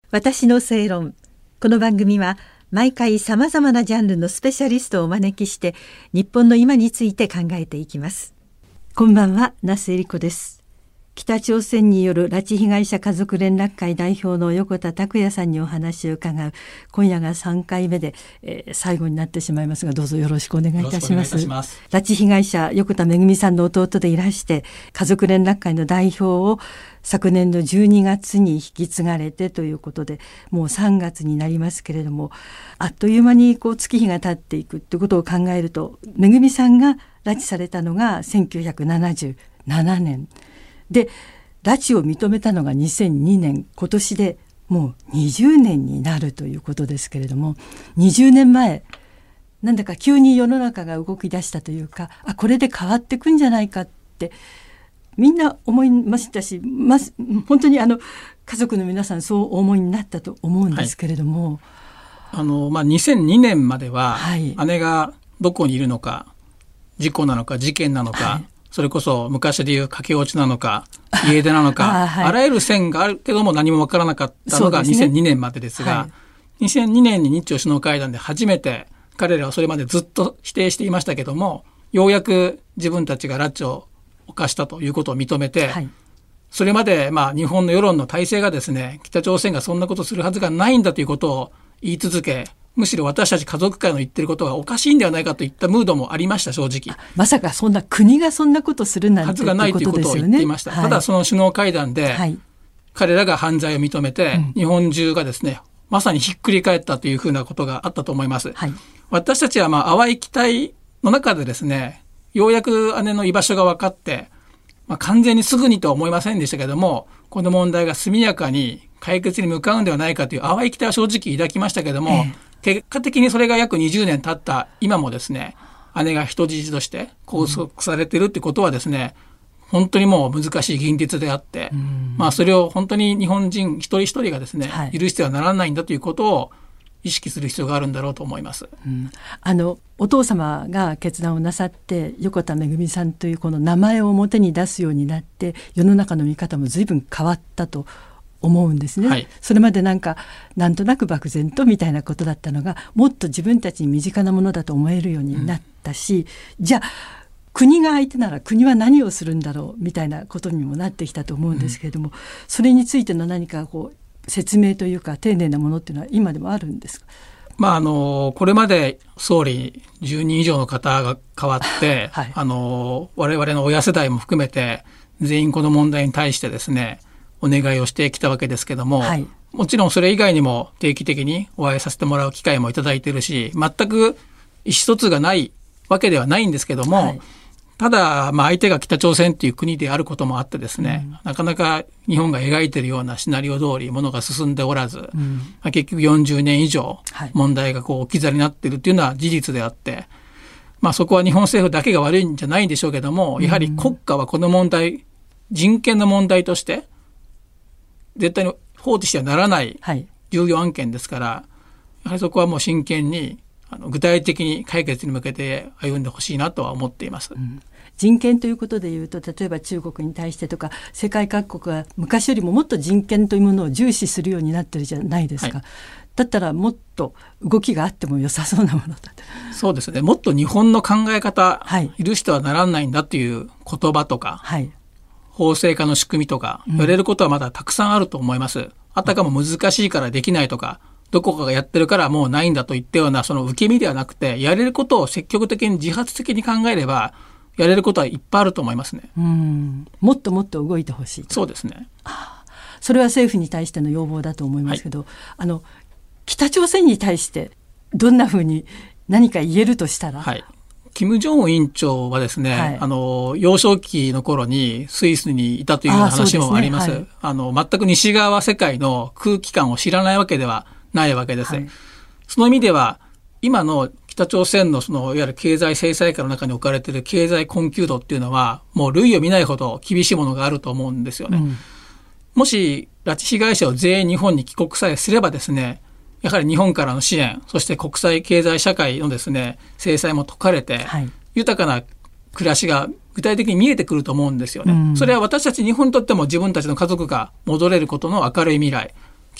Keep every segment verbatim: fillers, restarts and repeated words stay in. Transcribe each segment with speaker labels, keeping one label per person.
Speaker 1: 私の正論。この番組は毎回さまざまなジャンルのスペシャリストをお招きして日本の今について考えていきます。こんばんは、那須恵理子です。北朝鮮による拉致被害者家族連絡会代表の横田拓也さんにお話を伺う今夜がさんかいめで、えー、最後になってしまいますが、どうぞよろしくお願いいたします。拉致被害者横田めぐみさんの弟でいらして家族連絡会の代表を昨年のじゅうにがつに引き継がれてということで、もうさんがつになりますけれども、あっという間にこう月日が経っていくということを考えると、めぐみさんが拉致されたのがせんきゅうひゃくななじゅうななねんで、拉致を認めたのがにせんにねん、今年でもうにじゅうねんになるということですけれども、にじゅうねんまえなんだか急に世の中が動き出したというか、あ、これで変わっていくんじゃないかってみんな思いましたし、ま、本当にあの家族の皆さんそうお思いになったと思うんですけれども、
Speaker 2: はい、あのまあ、にせんにねんまでは、はい、姉がどこにいるのか、事故なのか事件なのか、はい、それこそ昔でいう駆け落ちなのか家出なのか あ,、はい、あらゆる線があるけども何も分からなかったのがにせんにねんまでですが、はい、にせんにねんに日朝首脳会談で初めて彼らはそれまでずっと否定していましたけども、ようやく自分たちが拉致を犯したということを認めて、はい、それまでまあ日本の世論の体制がですね、北朝鮮がそんなことするはずがないんだということを言い続け、むしろ私たち家族会の言ってることがおかしいんではないかといったムードもありました。正直
Speaker 1: まさかそんな国がそんなことするなんて
Speaker 2: はずがないということを言っていました、はい、ただその首脳会談で、はい、彼らが犯罪を認めて、うん、日本中がですねまさにひっくり返ったというふうなことがあったと思います、はい、私たちはまあ淡い期待の中でですね、ようやく姉の居場所が分かって、まあ、完全にすぐにとは思いませんでしたけども、この問題が速やかに解決に向かうんではないかという淡い期待は正直抱きましたけども、ええ、結果的にそれが約にじゅうねん経った今もですね、姉が人質として拘束されているということはですね、うん、本当にもう難しい現実であって、うん、まあ、それを本当に日本人一人一人がですね、はい、許してはならないんだということを意識する必要があるんだろうと思います、
Speaker 1: うん、あのお父様が決断をなさって横田めぐみさんというこの名前を表に出すようになって、世の中の見方も随分変わったと思うんですね、はい、それまでなんかなんとなく漠然とみたいなことだったのが、もっと自分たちに身近なものだと思えるようになったし、うん、じゃあ国が相手なら国は何をするんだろうみたいなことにもなってきたと思うんですけれども、うん、それについての何かこう説明というか丁寧なものっていうのは今でもあるんですか？
Speaker 2: まあ、あのこれまで総理じゅうにん以上の方が変わって、はい、あの我々の親世代も含めて全員この問題に対してですねお願いをしてきたわけですけども、はい、もちろんそれ以外にも定期的にお会いさせてもらう機会もいただいているし、全く意思疎通がないわけではないんですけども、はい、ただ、まあ、相手が北朝鮮という国であることもあってですね、うん、なかなか日本が描いているようなシナリオ通りものが進んでおらず、うん、まあ、結局よんじゅうねん以上問題がこう置き去りになっているというのは事実であって、まあ、そこは日本政府だけが悪いんじゃないんでしょうけども、やはり国家はこの問題、人権の問題として絶対に放置してはならない重要案件ですから、はい、やはりそこはもう真剣にあの具体的に解決に向けて歩んでほしいなとは思っています、うん、
Speaker 1: 人権ということでいうと、例えば中国に対してとか世界各国は昔よりももっと人権というものを重視するようになってるじゃないですか、はい、だったらもっと動きがあっても良さそうなものだと。
Speaker 2: そうですね、もっと日本の考え方、はい、許してはならないんだという言葉とか、はい、法制化の仕組みとか言われることはまだたくさんあると思います、うん、あたかも難しいからできないとか、どこかがやってるからもうないんだといったようなその受け身ではなくて、やれることを積極的に自発的に考えればやれることはいっぱいあると思いますね。
Speaker 1: うん、もっともっと動いてほしいと。
Speaker 2: そうですね。
Speaker 1: ああ、それは政府に対しての要望だと思いますけど、はい、あの北朝鮮に対してどんなふうに何か言えるとしたら、はい、
Speaker 2: 金正恩委員長はですね、はい、あの幼少期の頃にスイスにいたという話もあります。あ、そうですね、はい、あの全く西側世界の空気感を知らないわけではないわけです、はい、その意味では今の北朝鮮のそのいわゆる経済制裁下の中に置かれている経済困窮度っていうのはもう類を見ないほど厳しいものがあると思うんですよね、うん、もし拉致被害者を全員日本に帰国さえすればですね、やはり日本からの支援、そして国際経済社会のですね制裁も解かれて、はい、豊かな暮らしが具体的に見えてくると思うんですよね、うん、それは私たち日本にとっても自分たちの家族が戻れることの明るい未来、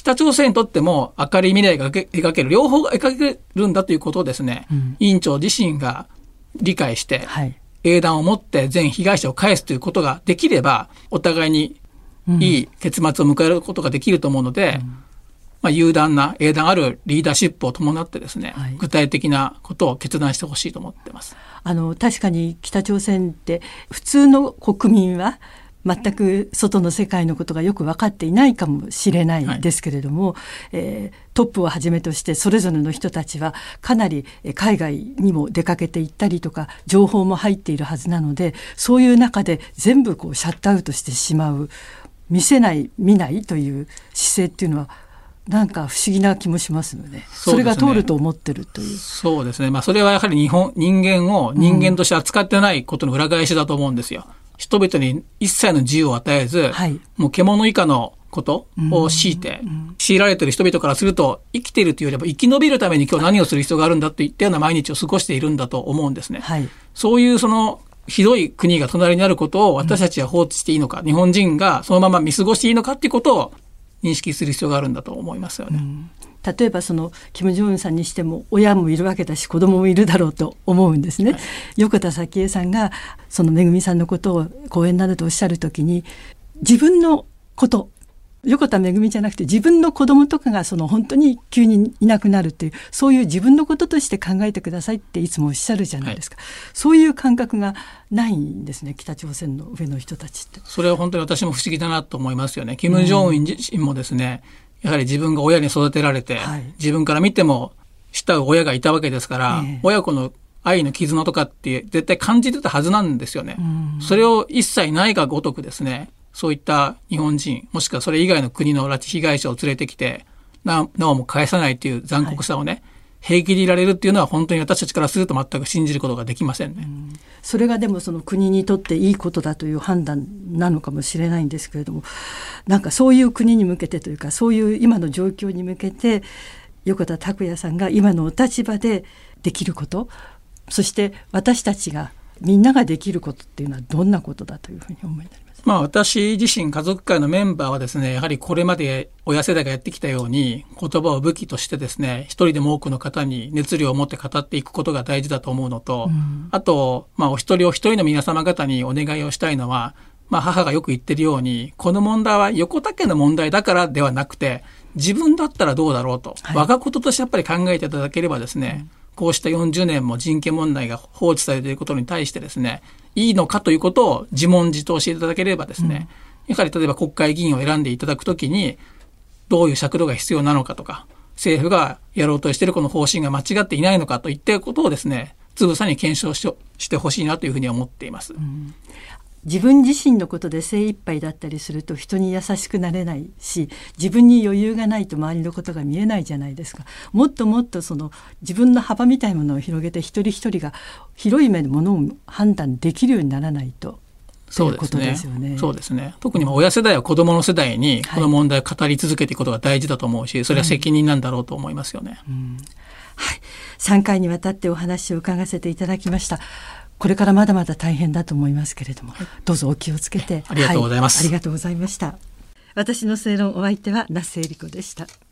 Speaker 2: 北朝鮮にとっても明るい未来が描ける、両方が描けるんだということをですね、うん、委員長自身が理解して、はい、英断を持って全被害者を返すということができれば、お互いにいい結末を迎えることができると思うので、うんまあ、勇断な英断あるリーダーシップを伴ってですね、はい、具体的なことを決断してほしいと思っています。
Speaker 1: あの確かに北朝鮮って普通の国民は全く外の世界のことがよく分かっていないかもしれないですけれども、はいえー、トップをはじめとしてそれぞれの人たちはかなり海外にも出かけていったりとか情報も入っているはずなので、そういう中で全部こうシャットアウトしてしまう、見せない見ないという姿勢っていうのはなんか不思議な気もしますよね。それが通ると思ってるという。
Speaker 2: そうですね。まあそれはやはり日本、人間を人間として扱ってないことの裏返しだと思うんですよ。うん、人々に一切の自由を与えず、はい、もう獣以下のことを強いて、うんうん、強いられている人々からすると、生きているというよりも生き延びるために今日何をする必要があるんだといったような毎日を過ごしているんだと思うんですね。はい、そういうそのひどい国が隣にあることを私たちは放置していいのか、うん、日本人がそのまま見過ごしていいのかということを認識する必要があるんだと思いますよね。うん、
Speaker 1: 例えばその金正恩さんにしても親もいるわけだし子供もいるだろうと思うんですね。はい、横田早紀江さんがそのめぐみさんのことを講演などとおっしゃるときに、自分のこと横田めぐみじゃなくて自分の子供とかがその本当に急にいなくなるっていう、そういう自分のこととして考えてくださいっていつもおっしゃるじゃないですか。はい、そういう感覚がないんですね、北朝鮮の上の人たちって。
Speaker 2: それは本当に私も不思議だなと思いますよね。金正恩自身もですね、やはり自分が親に育てられて、はい、自分から見ても慕う親がいたわけですから、えー、親子の愛の絆とかって絶対感じてたはずなんですよね。それを一切ないがごとくですね、そういった日本人、もしくはそれ以外の国の拉致被害者を連れてきて、なおも返さないという残酷さをね、はい、平気でいられるっていうのは本当に私たちからすると全く信じることができませんね。うん、
Speaker 1: それがでもその国にとっていいことだという判断なのかもしれないんですけれども、なんかそういう国に向けてというか、そういう今の状況に向けて横田拓也さんが今のお立場でできること、そして私たちがみんなができることっていうのはどんなことだというふうに思いになりますか。
Speaker 2: まあ私自身家族会のメンバーはですね、やはりこれまで親世代がやってきたように言葉を武器としてですね、一人でも多くの方に熱量を持って語っていくことが大事だと思うのと、うん、あと、まあお一人お一人の皆様方にお願いをしたいのは、まあ母がよく言ってるように、この問題は横田家の問題だからではなくて、自分だったらどうだろうと、はい、我がこととしてやっぱり考えていただければですね、うん、こうしたよんじゅうねんも人権問題が放置されていることに対してですね、いいのかということを自問自答していただければですね、うん、やはり例えば国会議員を選んでいただくときに、どういう尺度が必要なのかとか、政府がやろうとしているこの方針が間違っていないのかといったことをですね、つぶさに検証してほしいなというふうに思っています。うん、
Speaker 1: 自分自身のことで精一杯だったりすると人に優しくなれないし、自分に余裕がないと周りのことが見えないじゃないですか。もっともっとその自分の幅みたいなものを広げて、一人一人が広い目でものを判断できるようにならないと。
Speaker 2: そうですね。そうですね。そうですね。特に親世代は子供の世代にこの問題を語り続けていくことが大事だと思うし、それは責任なんだろうと思いますよね。うんうん、
Speaker 1: はい。さんかいにわたってお話を伺わせていただきました。これからまだまだ大変だと思いますけれども、はい、どうぞお気をつけて。
Speaker 2: ありがとうございます。
Speaker 1: はい、ありがとうございました。私の正論、お相手は那須恵理子でした。